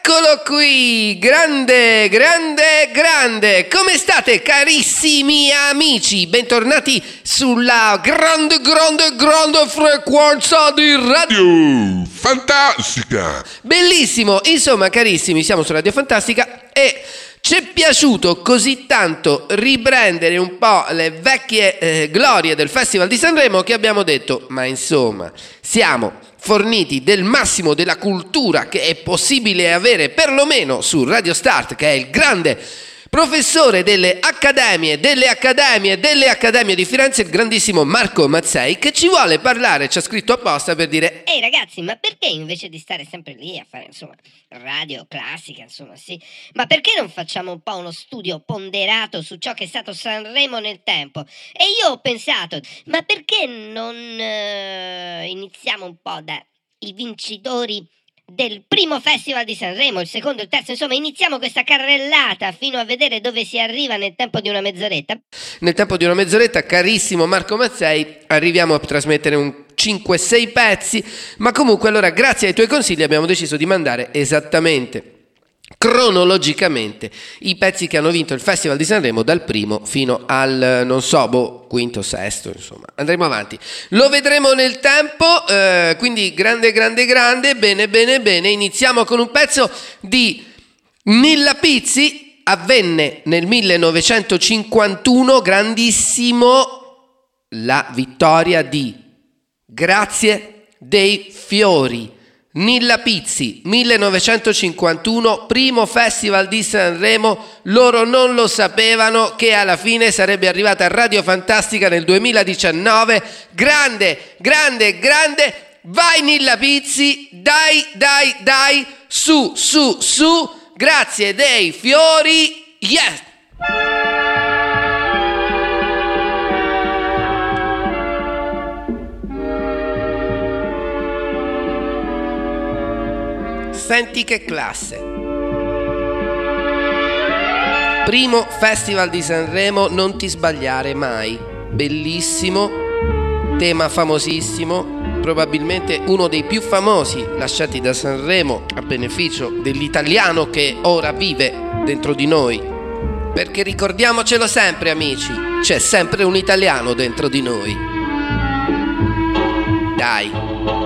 Eccolo qui, grande, grande, grande. Come state, carissimi amici? Bentornati sulla grande, grande, grande frequenza di Radio Fantastica. Bellissimo, insomma, carissimi, siamo su Radio Fantastica e ci è piaciuto così tanto riprendere un po' le vecchie glorie del Festival di Sanremo che abbiamo detto, ma insomma, siamo forniti del massimo della cultura che è possibile avere perlomeno su Radio Start, che è il grande professore delle accademie di Firenze, il grandissimo Marco Mazzei, che ci vuole parlare, ci ha scritto apposta per dire: ehi ragazzi, ma perché invece di stare sempre lì a fare, insomma, radio classica, insomma, sì, ma perché non facciamo un po' uno studio ponderato su ciò che è stato Sanremo nel tempo? E io ho pensato, ma perché non iniziamo un po' dai vincitori del primo Festival di Sanremo, il secondo, il terzo, insomma, iniziamo questa carrellata fino a vedere dove si arriva nel tempo di una mezz'oretta. Nel tempo di una mezz'oretta, carissimo Marco Mazzei, arriviamo a trasmettere un 5-6 pezzi, ma comunque allora grazie ai tuoi consigli abbiamo deciso di mandare esattamente, cronologicamente, i pezzi che hanno vinto il Festival di Sanremo dal primo fino al, non so, quinto, sesto, insomma. Andremo avanti. Lo vedremo nel tempo, quindi grande, grande, grande, bene, bene, bene. Iniziamo con un pezzo di Nilla Pizzi, avvenne nel 1951, grandissimo, la vittoria di Grazie dei Fiori. Nilla Pizzi, 1951, primo Festival di Sanremo. Loro non lo sapevano che alla fine sarebbe arrivata a Radio Fantastica nel 2019. Grande, grande, grande. Vai Nilla Pizzi, dai, dai, dai, su, su, su. Grazie dei Fiori, yes! Senti che classe. Primo Festival di Sanremo, non ti sbagliare mai. Bellissimo, tema famosissimo, probabilmente uno dei più famosi lasciati da Sanremo a beneficio dell'italiano che ora vive dentro di noi. Perché ricordiamocelo sempre, amici, c'è sempre un italiano dentro di noi. Dai.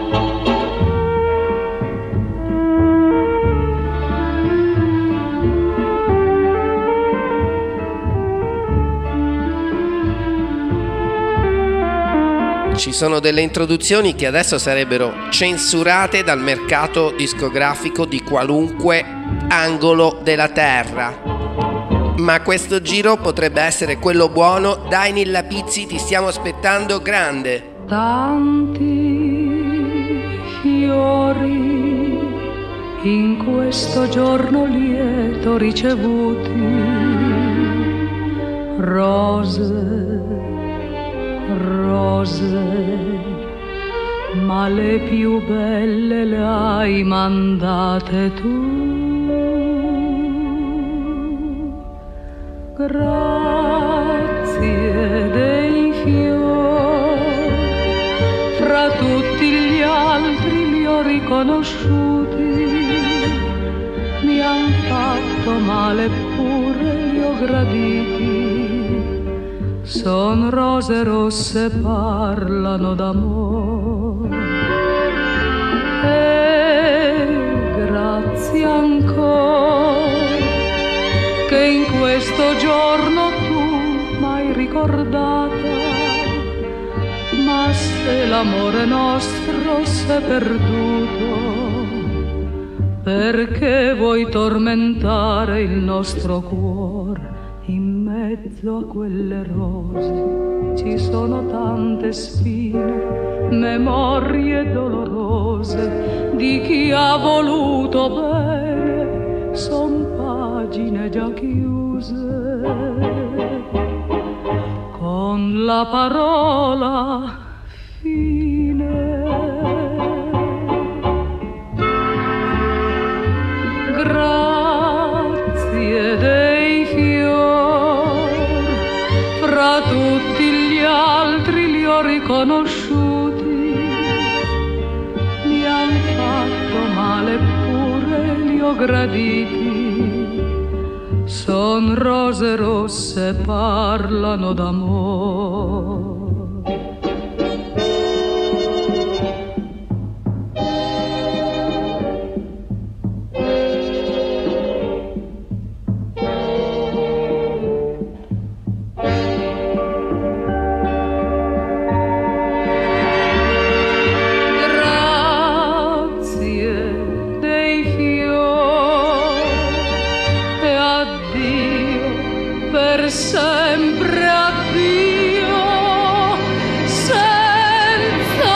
Ci sono delle introduzioni che adesso sarebbero censurate dal mercato discografico di qualunque angolo della terra. Ma questo giro potrebbe essere quello buono. Dai Nilla Pizzi, ti stiamo aspettando, grande. Tanti fiori in questo giorno lieto ricevuti, rose, ma le più belle le hai mandate tu. Grazie dei fiori, fra tutti gli altri li ho riconosciuti, mi han fatto male eppure li ho graditi. Son rose rosse, parlano d'amore. E grazie ancora che in questo giorno tu m'hai ricordata. Ma se l'amore nostro s'è perduto, perché vuoi tormentare il nostro cuore? In mezzo a quelle rose ci sono tante spine, memorie dolorose di chi ha voluto bene, son pagine già chiuse. Con la parola fine. Grazie dei fiori, fra tutti gli altri li ho riconosciuti, mi han fatto male eppure li ho sono graditi, son rose rosse, parlano d'amore. Sempre addio, senza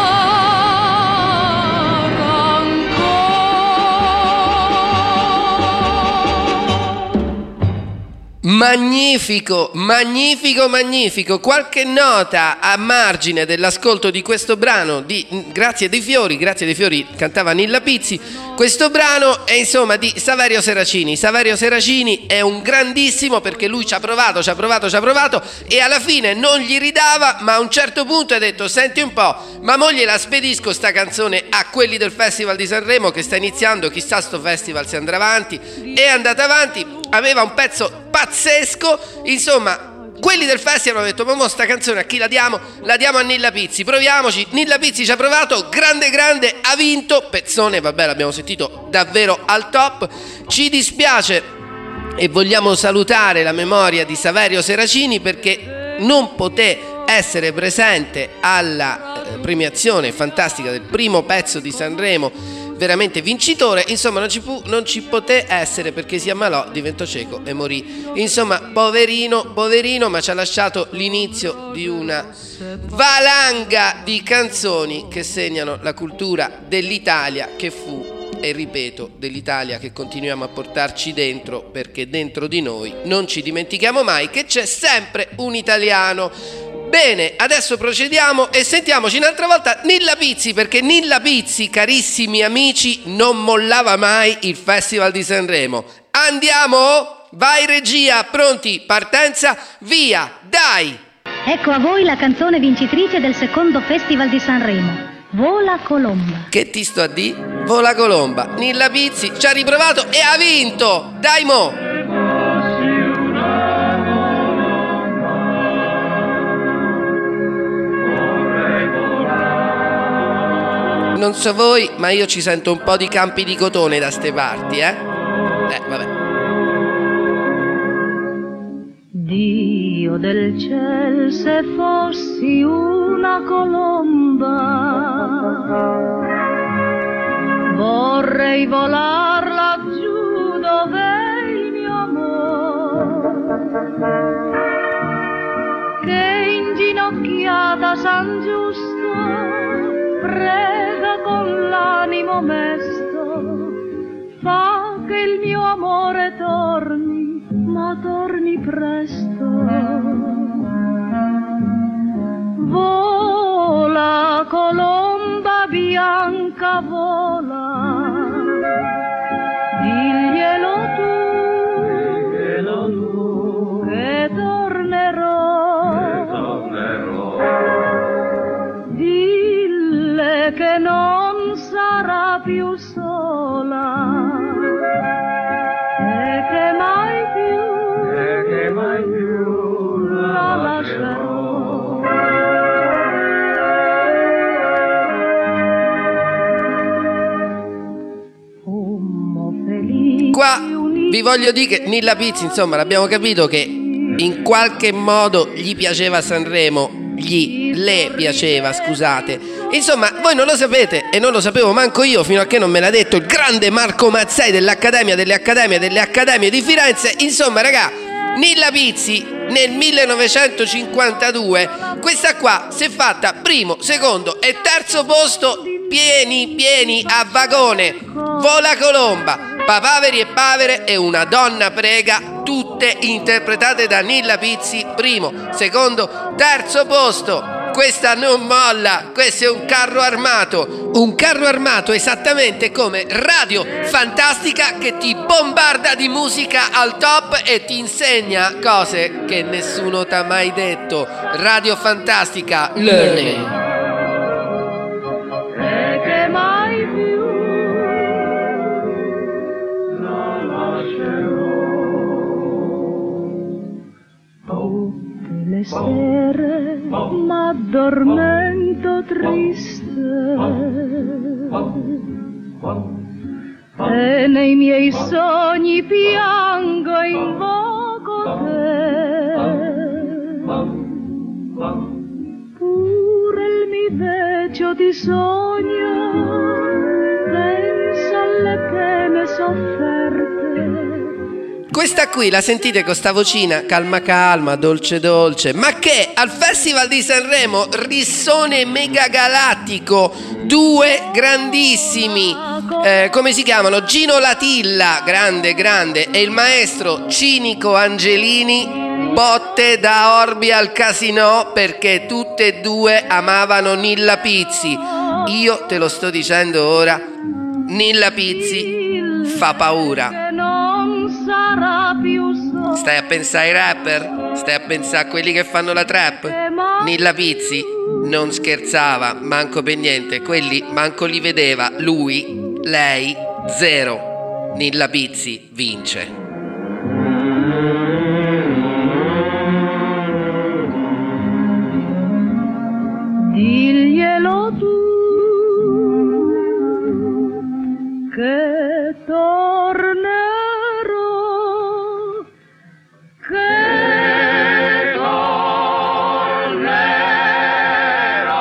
rancore. Magnifico, magnifico, magnifico. Qualche nota a margine dell'ascolto di questo brano di Grazie dei Fiori, cantava Nilla Pizzi. Questo brano è insomma di Saverio Seracini. Saverio Seracini è un grandissimo, perché lui ci ha provato e alla fine non gli ridava, ma a un certo punto ha detto: senti un po', ma mo gliela spedisco sta canzone a quelli del Festival di Sanremo che sta iniziando, chissà sto festival se andrà avanti. È andata avanti, aveva un pezzo pazzesco, insomma. Quelli del festival hanno detto: ma mo sta canzone a chi la diamo? La diamo a Nilla Pizzi, proviamoci. Nilla Pizzi ci ha provato, grande, ha vinto, pezzone, vabbè, l'abbiamo sentito davvero al top. Ci dispiace e vogliamo salutare la memoria di Saverio Seracini, perché non poté essere presente alla premiazione fantastica del primo pezzo di Sanremo veramente vincitore. Insomma non ci poté essere perché si ammalò, diventò cieco e morì. Insomma, poverino, ma ci ha lasciato l'inizio di una valanga di canzoni che segnano la cultura dell'Italia che fu, e ripeto, dell'Italia che continuiamo a portarci dentro, perché dentro di noi non ci dimentichiamo mai che c'è sempre un italiano. Bene, adesso procediamo e sentiamoci un'altra volta Nilla Pizzi, perché Nilla Pizzi, carissimi amici, non mollava mai il Festival di Sanremo. Andiamo? Vai regia, pronti, partenza, via, dai! Ecco a voi la canzone vincitrice del secondo Festival di Sanremo, Vola Colomba. Che ti sto a di? Vola Colomba. Nilla Pizzi ci ha riprovato e ha vinto! Dai mo! Non so voi, ma io ci sento un po' di campi di cotone da ste parti, vabbè. Dio del ciel, se fossi una colomba, vorrei volar laggiù dove è il mio amor, che inginocchiata San Giusto prega con l'animo mesto, fa che il mio amore torni, ma torni presto. Vola colomba bianca, vola, diglielo tu, che tornerò. Che non sarà più sola e che mai più la lascerò. Qua vi voglio dire che Nilla Pizzi, insomma, l'abbiamo capito che in qualche modo gli piaceva Sanremo, le piaceva, scusate. Insomma, voi non lo sapete e non lo sapevo manco io fino a che non me l'ha detto il grande Marco Mazzei dell'Accademia delle Accademie di Firenze. Insomma, raga, Nilla Pizzi nel 1952 questa qua si è fatta primo, secondo e terzo posto pieni a vagone. Vola Colomba, Papaveri e Pavere e Una donna prega, tutte interpretate da Nilla Pizzi, primo, secondo, terzo posto. Questa non molla, questo è un carro armato esattamente come Radio Fantastica, che ti bombarda di musica al top e ti insegna cose che nessuno t'ha mai detto. Radio Fantastica Learning. sere m'addormento triste e nei miei sogni piango e invoco te. Pure il mi vecchio ti sogna, pensa alle pene sofferte. Questa qui la sentite con sta vocina calma calma, dolce dolce, ma che al Festival di Sanremo, rissone megagalattico, due grandissimi, come si chiamano? Gino Latilla, grande grande, e il maestro Cinico Angelini, botte da Orbi al Casino, perché tutte e due amavano Nilla Pizzi. Io te lo sto dicendo ora, Nilla Pizzi fa paura. Stai a pensare ai rapper? Stai a pensare a quelli che fanno la trap? Nilla Pizzi non scherzava manco per niente, quelli manco li vedeva, lui, lei, zero. Nilla Pizzi vince. Diglielo tu che tornerò, che tornerò.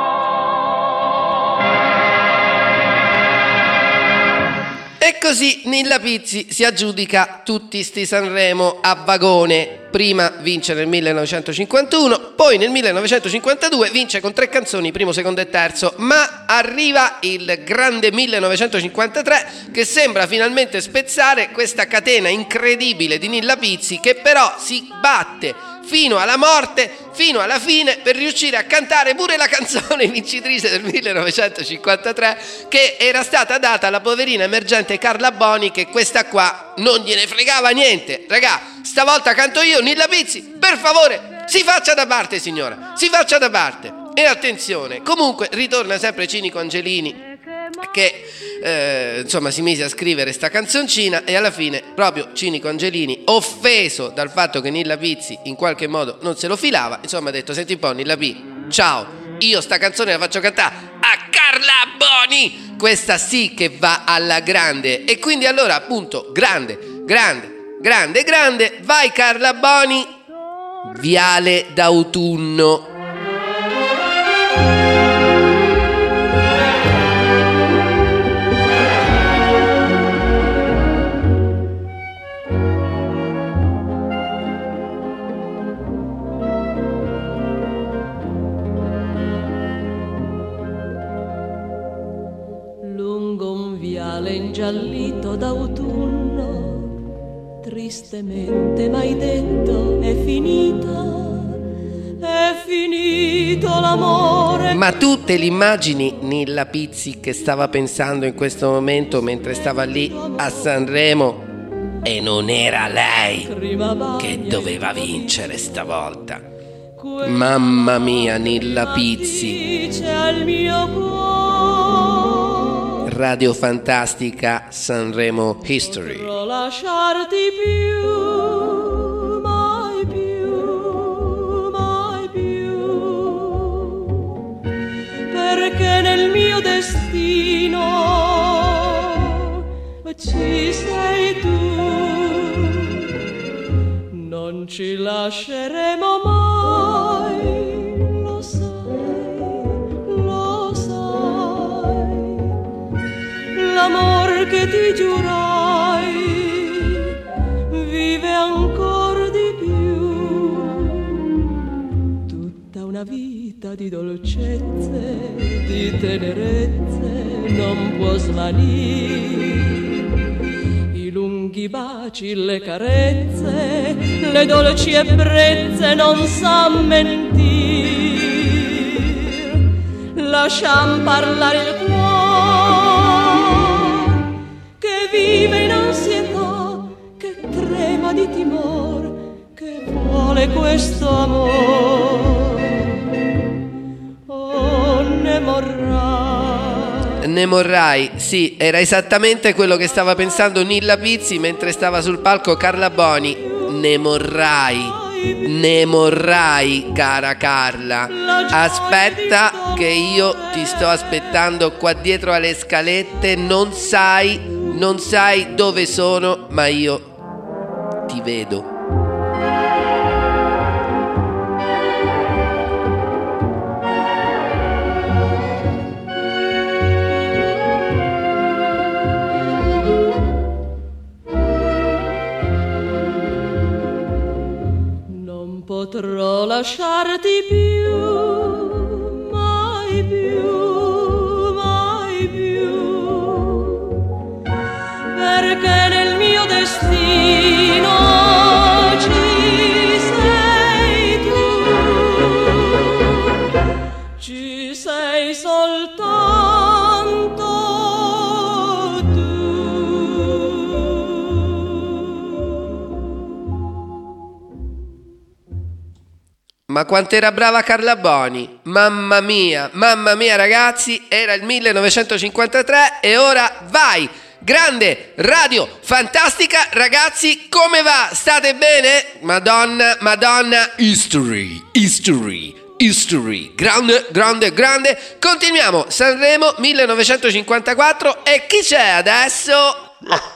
E così Nilla Pizzi si aggiudica tutti sti Sanremo a vagone. Prima vince nel 1951, poi nel 1952 vince con 3 canzoni, primo, secondo e terzo, ma arriva il grande 1953 che sembra finalmente spezzare questa catena incredibile di Nilla Pizzi, che però si batte fino alla morte, fino alla fine, per riuscire a cantare pure la canzone vincitrice del 1953, che era stata data alla poverina emergente Carla Boni, che questa qua non gliene fregava niente. Ragà, stavolta canto io, Nilla Pizzi, per favore, si faccia da parte, signora, si faccia da parte. E attenzione, comunque ritorna sempre Cinico Angelini, che insomma si mise a scrivere sta canzoncina, e alla fine proprio Cinico Angelini, offeso dal fatto che Nilla Pizzi in qualche modo non se lo filava, insomma ha detto: senti un po' Nilla P, ciao, io sta canzone la faccio cantare a Carla Boni, questa sì che va alla grande. E quindi allora appunto grande, grande, grande, grande, vai Carla Boni, Viale d'autunno. Ingiallito d'autunno, tristemente m'hai detto è finito l'amore. Ma tu te l'immagini Nilla Pizzi che stava pensando in questo momento mentre stava lì a Sanremo? E non era lei che doveva vincere stavolta. Mamma mia, Nilla Pizzi. Radio Fantastica Sanremo History. Non lasciarti più, mai più, mai più, perché nel mio destino ci sei tu. Non ci lasceremo mai, lo sai, lo sai. L'amor che ti giurai vive ancor di più. Tutta una vita di dolcezze, di tenerezze non può svanire. I lunghi baci, le carezze, le dolci ebbrezze non sa mentir. Lasciam parlare il cuore che vive in ansietà, che trema di timor, che vuole questo amore. Oh, ne morrai. Ne morrai, sì, era esattamente quello che stava pensando Nilla Pizzi mentre stava sul palco Carla Boni. Ne morrai. ne morrai, cara Carla. Aspetta che io ti sto aspettando qua dietro alle scalette. Non sai dove sono, ma io ti vedo. Potrò lasciarti più, mai più, mai più, perché nel mio destino ci sei tu, ci sei soltanto tu. Ma quanto era brava Carla Boni, mamma mia ragazzi, era il 1953 e ora vai, grande radio, fantastica ragazzi, come va? State bene? Madonna, history, grande, continuiamo, Sanremo 1954 e chi c'è adesso?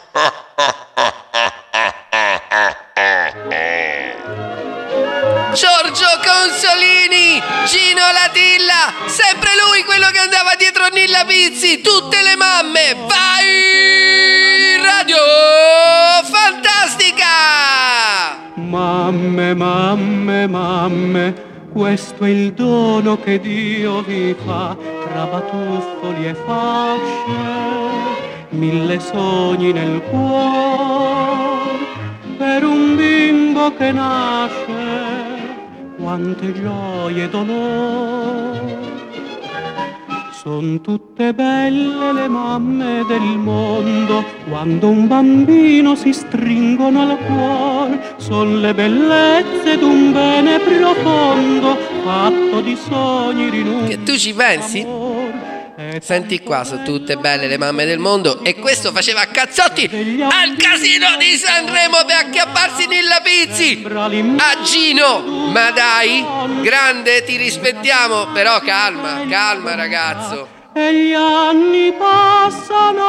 Giorgio Consolini, Gino Latilla, sempre lui quello che andava dietro Nilla Pizzi, tutte le mamme, vai Radio Fantastica! Mamme, questo è il dono che Dio vi fa, tra batuffoli e fasce, 1000 sogni nel cuore, per un bimbo che nasce. Quante gioie e dolori, son tutte belle le mamme del mondo, quando un bambino si stringono al cuore, son le bellezze d'un bene profondo, fatto di sogni rinunciati. Che tu ci pensi? Senti qua, sono tutte belle le mamme del mondo e questo faceva cazzotti al casino di Sanremo per acchiapparsi Nilla Pizzi a Gino. Ma dai, grande, ti rispettiamo, però calma ragazzo. E gli anni passano,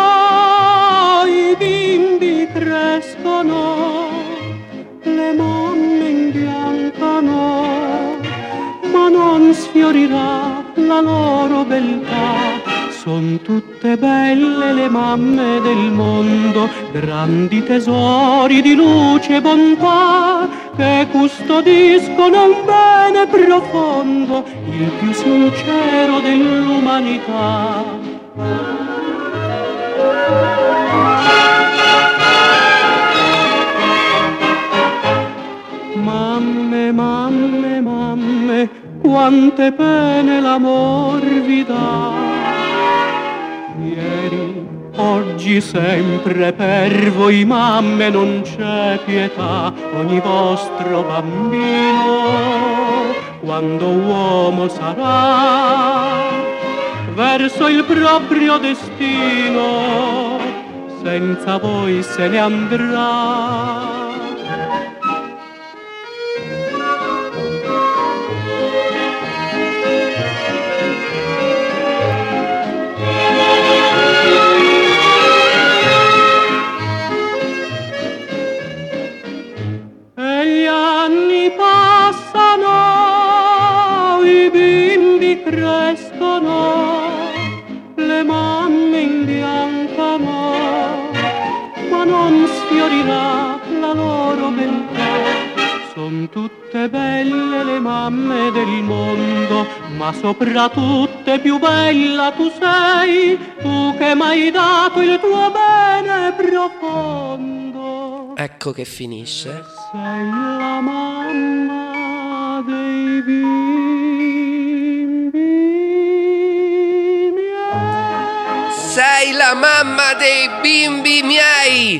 i bimbi crescono, le mamme imbiancano, ma non sfiorirà la loro beltà. Son tutte belle le mamme del mondo, grandi tesori di luce e bontà, che custodiscono un bene profondo, il più sincero dell'umanità. Mamme, quante pene l'amor vi dà. Ieri, oggi, sempre per voi mamme non c'è pietà. Ogni vostro bambino, quando uomo sarà, verso il proprio destino, senza voi se ne andrà. Crescono, le mamme imbiancano, ma non sfiorirà la loro beltà. Son tutte belle le mamme del mondo, ma soprattutto più bella tu sei, tu che m'hai dato il tuo bene profondo. Ecco che finisce. Sei la mamma dei bimbi. Sei la mamma dei bimbi miei.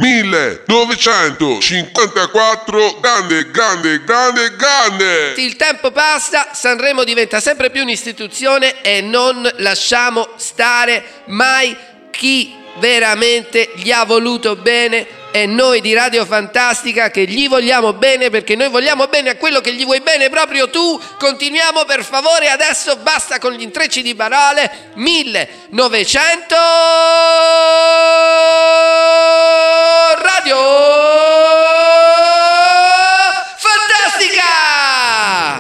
1954, grande. Il tempo passa, Sanremo diventa sempre più un'istituzione e non lasciamo stare mai chi veramente gli ha voluto bene e noi di Radio Fantastica che gli vogliamo bene, perché noi vogliamo bene a quello che gli vuoi bene proprio tu. Continuiamo per favore, adesso basta con gli intrecci di parole. 1900 Radio Fantastica!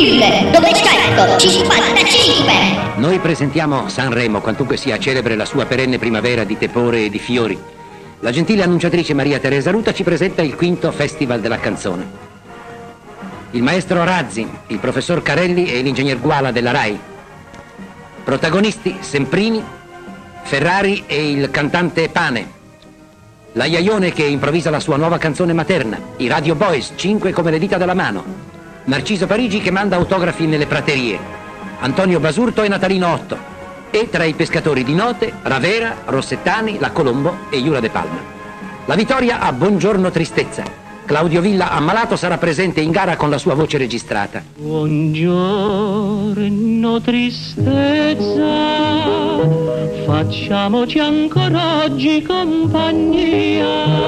1955. Noi presentiamo Sanremo, quantunque sia celebre la sua perenne primavera di tepore e di fiori. La gentile annunciatrice Maria Teresa Ruta ci presenta il 5° Festival della canzone. Il maestro Razzi, il professor Carelli e l'ingegner Guala della RAI. Protagonisti Semprini, Ferrari e il cantante Pane. La Iaione che improvvisa la sua nuova canzone materna. I Radio Boys, 5 come le dita della mano. Narciso Parigi che manda autografi nelle praterie. Antonio Basurto e Natalino Otto. E tra i pescatori di note, Ravera, Rossettani, La Colombo e Iura De Palma. La vittoria a Buongiorno Tristezza. Claudio Villa, ammalato, sarà presente in gara con la sua voce registrata. Buongiorno tristezza, facciamoci ancora oggi compagnia.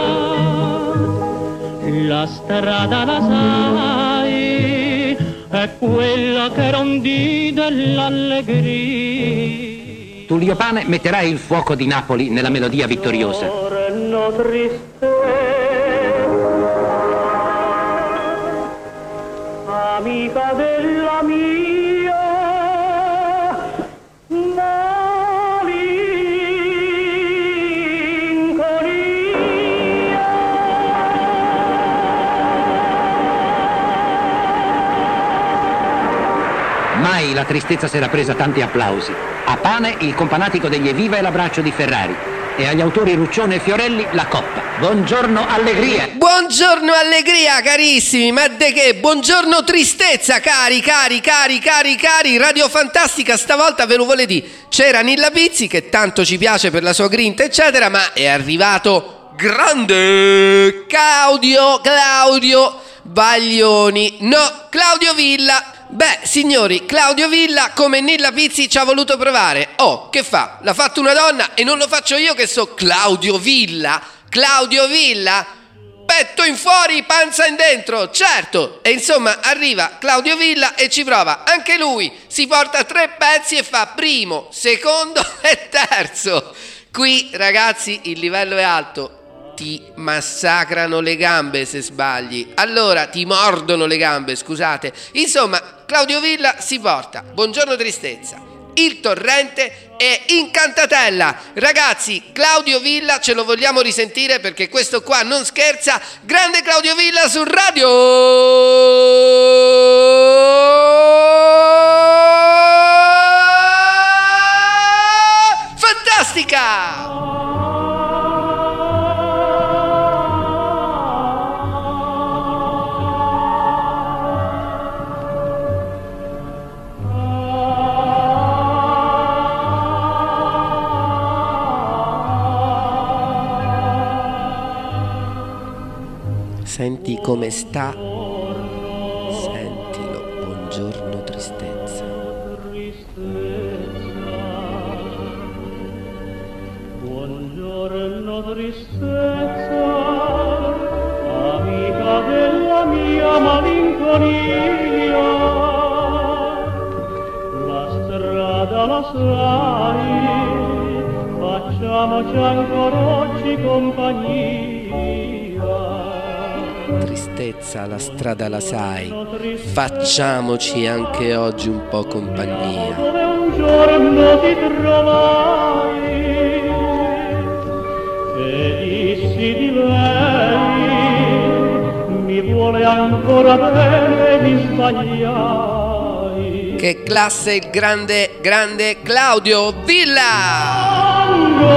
La strada la sai, è quella che rondi dell'allegria. Tullio Pane metterà il fuoco di Napoli nella melodia vittoriosa. Buongiorno tristezza, amica della mia malinconia. Mai la tristezza si era presa tanti applausi. A Pane il companatico degli Evviva e l'abbraccio di Ferrari. E agli autori Ruccione e Fiorelli la coppa. Buongiorno allegria. Buongiorno allegria, carissimi, ma de che? Buongiorno tristezza, cari. Radio Fantastica stavolta ve lo vuole dire. C'era Nilla Pizzi che tanto ci piace per la sua grinta eccetera, ma è arrivato grande Claudio Baglioni. No, Claudio Villa. Beh, signori, Claudio Villa come Nilla Pizzi ci ha voluto provare. Oh, che fa? L'ha fatto una donna e non lo faccio io che so Claudio Villa? Petto in fuori, panza in dentro, certo. E insomma arriva Claudio Villa e ci prova. Anche lui si porta 3 pezzi e fa primo, secondo e terzo. Qui, ragazzi, il livello è alto. Ti massacrano le gambe se sbagli. Allora, ti mordono le gambe, scusate. Insomma, Claudio Villa si porta Buongiorno Tristezza, Il Torrente e Incantatella. Ragazzi, Claudio Villa ce lo vogliamo risentire perché questo qua non scherza. Grande Claudio Villa su Radio Fantastica. Senti come sta, sentilo, buongiorno tristezza. Buongiorno tristezza, amica della mia malinconia. La strada la sai, facciamoci ancora oggi compagnia. Tristezza, la strada la sai, facciamoci anche oggi un po' compagnia. Dove un giorno ti trovai e dissi di lei, mi vuole ancora bene, mi sbagliai. Che classe il grande Claudio Villa!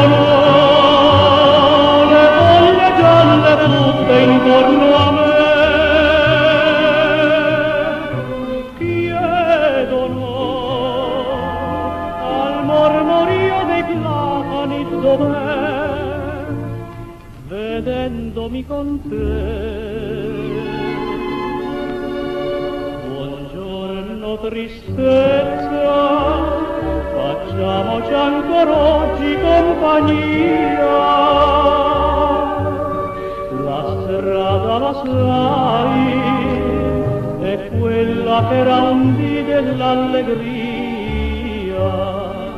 Le foglie gialle tutte intorno a me chiedono al mormorio dei platani dov'è, vedendomi con te. Buongiorno tristezza, facciamoci ancora oggi compagnia. che era un dì dell'allegria.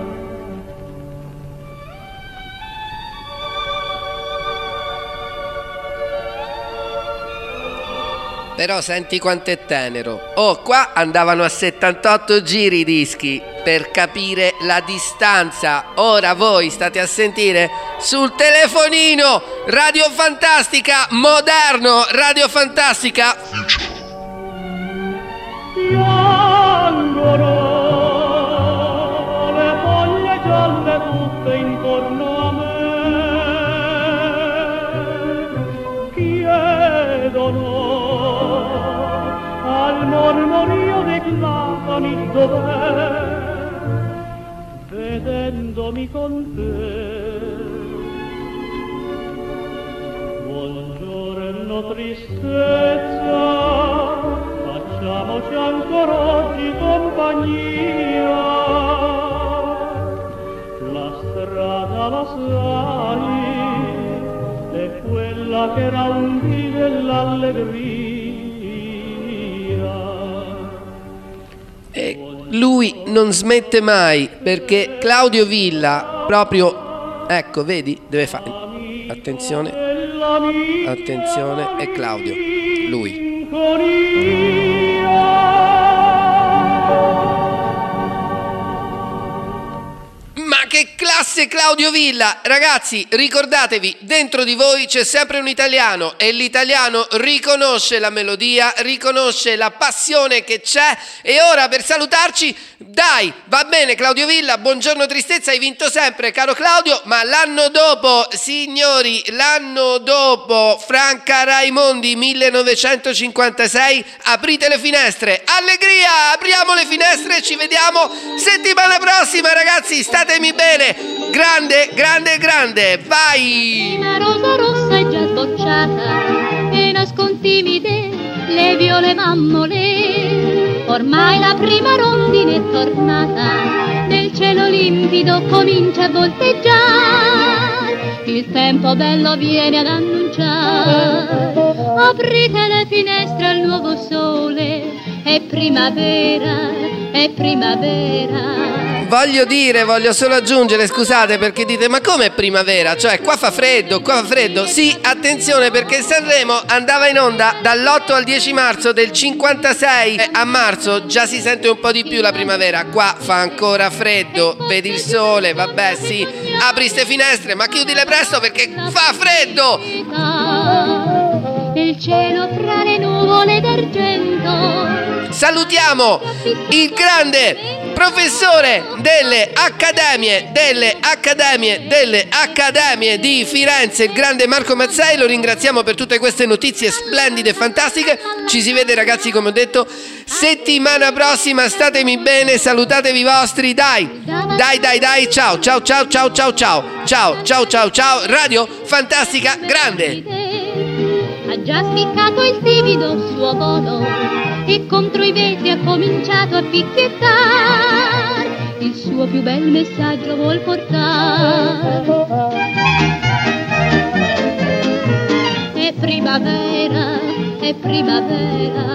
Però senti quanto è tenero. Oh, qua andavano a 78 giri i dischi per capire la distanza. Ora voi state a sentire sul telefonino Radio Fantastica moderno, Radio Fantastica. Piangono le foglie gialle tutte intorno a me, chiedono al mormorio dei clacani dov'è, vedendomi con te. Buongiorno tristezza, facciamoci ancora oggi compagnia. La strada la sai, è quella che era un dì dell'allegria. E lui non smette mai, perché Claudio Villa proprio, ecco, vedi, deve fare attenzione, attenzione, è Claudio, lui. Ma che classe Claudio Villa! Ragazzi, ricordatevi, dentro di voi c'è sempre un italiano e l'italiano riconosce la melodia, riconosce la passione che c'è. E ora per salutarci, dai, va bene Claudio Villa, buongiorno tristezza, hai vinto sempre caro Claudio, ma l'anno dopo, signori, l'anno dopo, Franca Raimondi 1956, aprite le finestre, allegria, apriamo le finestre e ci vediamo settimana prossima ragazzi, statemi bene, grande, grande, grande, vai! Una rosa rossa è già sbocciata e nascon timide le viole mammole. Ormai la prima rondine è tornata, nel cielo limpido comincia a volteggiare. Il tempo bello viene ad annunciare, aprite le finestre al nuovo sole, è primavera, è primavera. Voglio solo aggiungere, scusate perché dite ma come è primavera? Cioè qua fa freddo, Sì, attenzione perché Sanremo andava in onda dall'8 al 10 marzo del 56 a marzo già si sente un po' di più la primavera, qua fa ancora freddo, vedi il sole, vabbè sì, apri ste finestre ma chiudile presto perché fa freddo! Il cielo fra le nuvole d'argento. Salutiamo il grande professore delle accademie di Firenze, il grande Marco Mazzei, lo ringraziamo per tutte queste notizie splendide e fantastiche. Ci si vede ragazzi, come ho detto, settimana prossima, statemi bene, salutatevi i vostri, dai, ciao, Radio Fantastica grande. Ha già spiccato il timido suo volo e contro i vetri ha cominciato a picchiettare, il suo più bel messaggio vuol portare. È primavera, è primavera.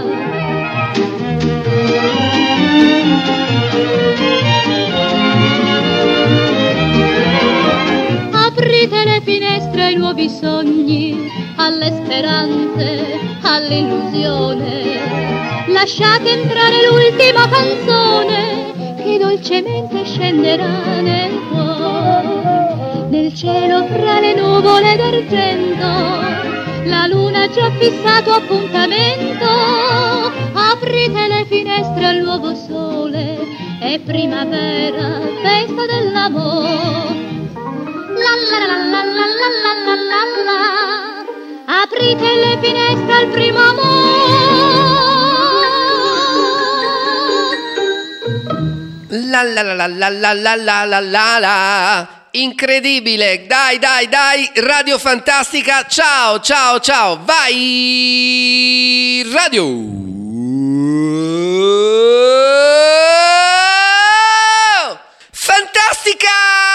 Aprite le finestre ai nuovi sogni, alle speranze, all'illusione. Lasciate entrare l'ultima canzone che dolcemente scenderà nel cuore. Nel cielo fra le nuvole d'argento, la luna ha già fissato appuntamento. Aprite le finestre al nuovo sole, è primavera, festa dell'amore. La la la la la la la la la la. Aprite le finestre al primo amore. La la la la la la la la la la la. Incredibile, dai, Radio Fantastica, ciao, vai Radio Fantastica!